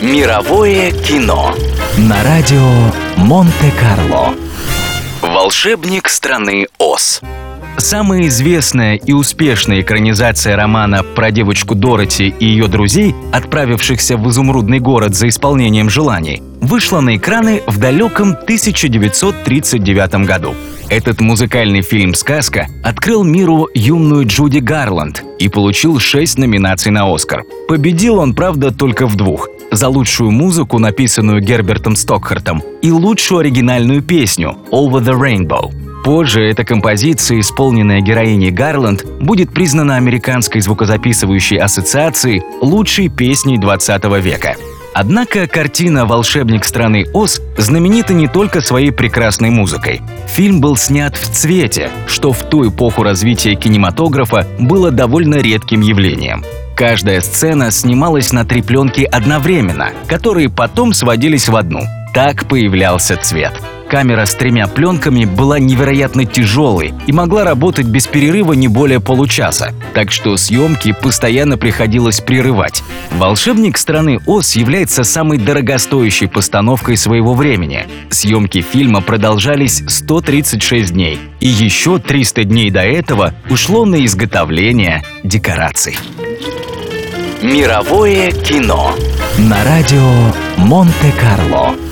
Мировое кино на радио Монте-Карло. Волшебник страны Оз. Самая известная и успешная экранизация романа про девочку Дороти и ее друзей, отправившихся в изумрудный город за исполнением желаний, вышла на экраны в далеком 1939 году. Этот музыкальный фильм-сказка открыл миру юную Джуди Гарланд и получил 6 номинаций на «Оскар». Победил он, правда, только в 2 – за лучшую музыку, написанную Гербертом Стокхартом, и лучшую оригинальную песню «Over the Rainbow». Позже эта композиция, исполненная героиней Гарланд, будет признана Американской звукозаписывающей ассоциацией лучшей песней 20 века. Однако картина «Волшебник страны Оз» знаменита не только своей прекрасной музыкой. Фильм был снят в цвете, что в ту эпоху развития кинематографа было довольно редким явлением. Каждая сцена снималась на 3 пленки одновременно, которые потом сводились в одну. Так появлялся цвет. Камера с 3 пленками была невероятно тяжелой и могла работать без перерыва не более получаса, так что съемки постоянно приходилось прерывать. «Волшебник страны Оз» является самой дорогостоящей постановкой своего времени. Съемки фильма продолжались 136 дней, и еще 300 дней до этого ушло на изготовление декораций. Мировое кино на радио Монте-Карло.